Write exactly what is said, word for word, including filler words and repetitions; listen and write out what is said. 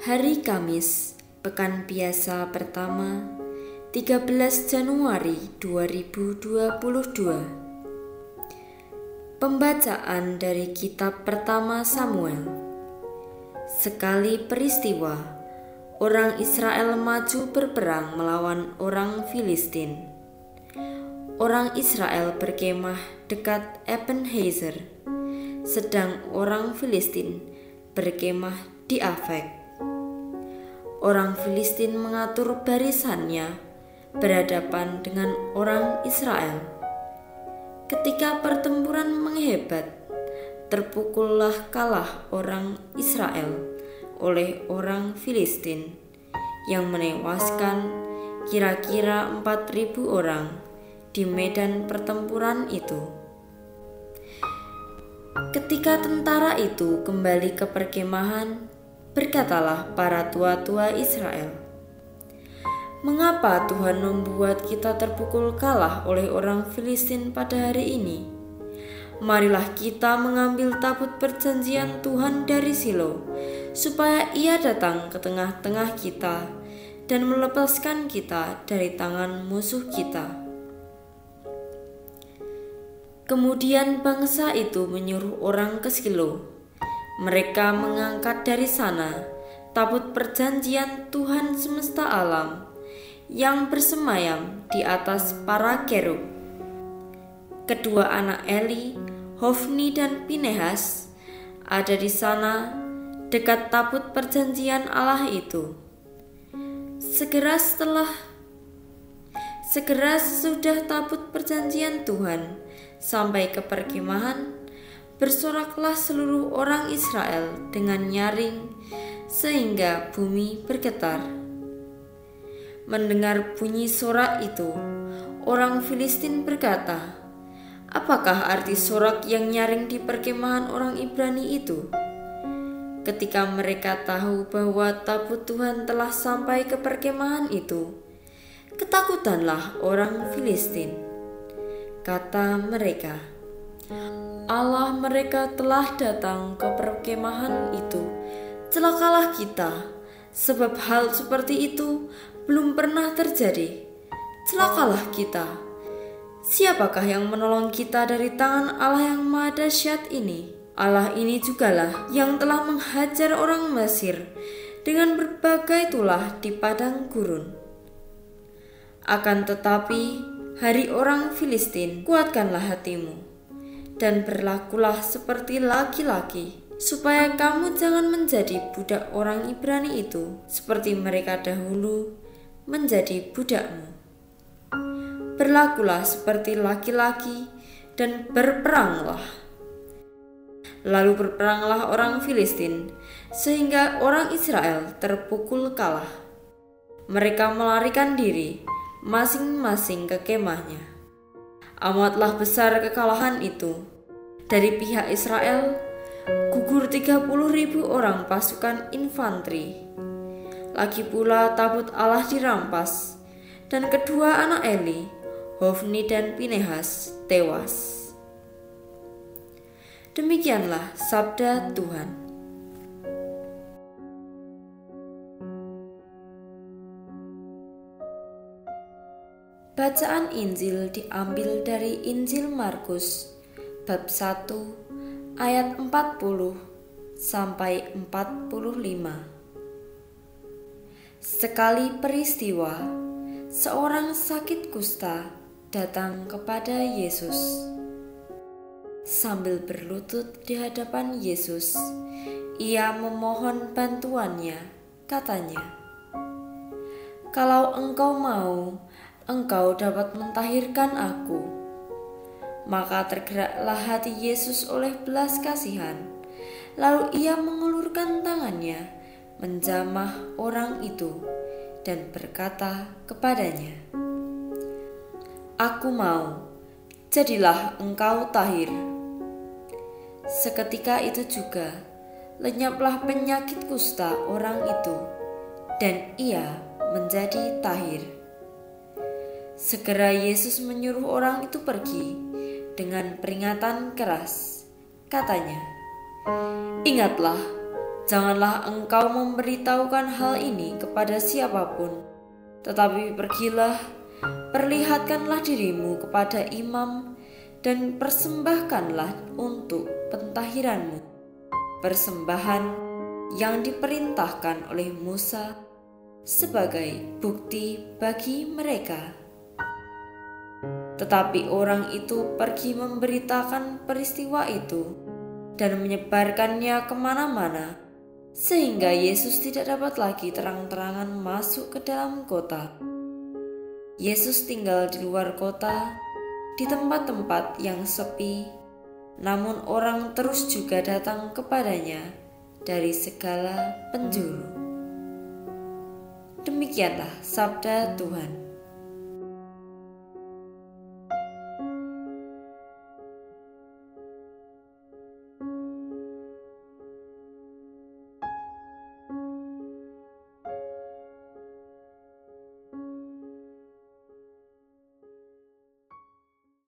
Hari Kamis, Pekan Biasa pertama, tiga belas Januari dua ribu dua puluh dua. Pembacaan dari kitab pertama Samuel. Sekali peristiwa, orang Israel maju berperang melawan orang Filistin. Orang Israel berkemah dekat Ebenezer, sedang orang Filistin berkemah di Afek. Orang Filistin mengatur barisannya berhadapan dengan orang Israel. Ketika pertempuran menghebat, terpukullah kalah orang Israel oleh orang Filistin yang menewaskan kira-kira empat ribu orang di medan pertempuran itu. Ketika tentara itu kembali ke perkemahan, berkatalah para tua-tua Israel, "Mengapa Tuhan membuat kita terpukul kalah oleh orang Filistin pada hari ini? Marilah kita mengambil tabut perjanjian Tuhan dari Silo, supaya ia datang ke tengah-tengah kita dan melepaskan kita dari tangan musuh kita." Kemudian bangsa itu menyuruh orang ke Silo. Mereka mengangkat dari sana tabut perjanjian Tuhan semesta alam yang bersemayam di atas para kerub. Kedua anak Eli, Hofni dan Pinehas, ada di sana dekat tabut perjanjian Allah itu. Segera setelah Segera sesudah tabut perjanjian Tuhan sampai ke perkemahan, bersoraklah seluruh orang Israel dengan nyaring sehingga bumi bergetar. Mendengar bunyi sorak itu, orang Filistin berkata, "Apakah arti sorak yang nyaring di perkemahan orang Ibrani itu?" Ketika mereka tahu bahwa tabut Tuhan telah sampai ke perkemahan itu, ketakutanlah orang Filistin. Kata mereka, "Allah mereka telah datang ke perkemahan itu. Celakalah kita, sebab hal seperti itu belum pernah terjadi. Celakalah kita. Siapakah yang menolong kita dari tangan Allah yang Maha Dahsyat ini? Allah ini jugalah yang telah menghajar orang Mesir dengan berbagai tulah di padang gurun. Akan tetapi, hari orang Filistin, kuatkanlah hatimu dan berlakulah seperti laki-laki, supaya kamu jangan menjadi budak orang Ibrani itu, seperti mereka dahulu menjadi budakmu. Berlakulah seperti laki-laki dan berperanglah." Lalu berperanglah orang Filistin, sehingga orang Israel terpukul kalah. Mereka melarikan diri masing-masing ke kemahnya. Amatlah besar kekalahan itu. Dari pihak Israel, gugur tiga puluh ribu orang pasukan infanteri. Lagi pula tabut Allah dirampas, dan kedua anak Eli, Hofni dan Pinehas, tewas. Demikianlah sabda Tuhan. Bacaan Injil diambil dari Injil Markus bab satu ayat empat puluh sampai empat puluh lima. Sekali peristiwa, seorang sakit kusta datang kepada Yesus. Sambil berlutut di hadapan Yesus, ia memohon bantuannya. Katanya, "Kalau engkau mau, engkau dapat mentahirkan aku." Maka tergeraklah hati Yesus oleh belas kasihan. Lalu ia mengulurkan tangannya, menjamah orang itu, dan berkata kepadanya, "Aku mau, jadilah engkau tahir." Seketika itu juga lenyaplah penyakit kusta orang itu, dan ia menjadi tahir. Segera Yesus menyuruh orang itu pergi dengan peringatan keras. Katanya, "Ingatlah Janganlah engkau memberitahukan hal ini kepada siapapun, tetapi pergilah, perlihatkanlah dirimu kepada imam dan persembahkanlah untuk pentahiranmu persembahan yang diperintahkan oleh Musa sebagai bukti bagi mereka. Tetapi orang itu pergi memberitakan peristiwa itu dan menyebarkannya kemana-mana, sehingga Yesus tidak dapat lagi terang-terangan masuk ke dalam kota. Yesus tinggal di luar kota, di tempat-tempat yang sepi, namun orang terus juga datang kepadanya dari segala penjuru. Demikianlah sabda Tuhan.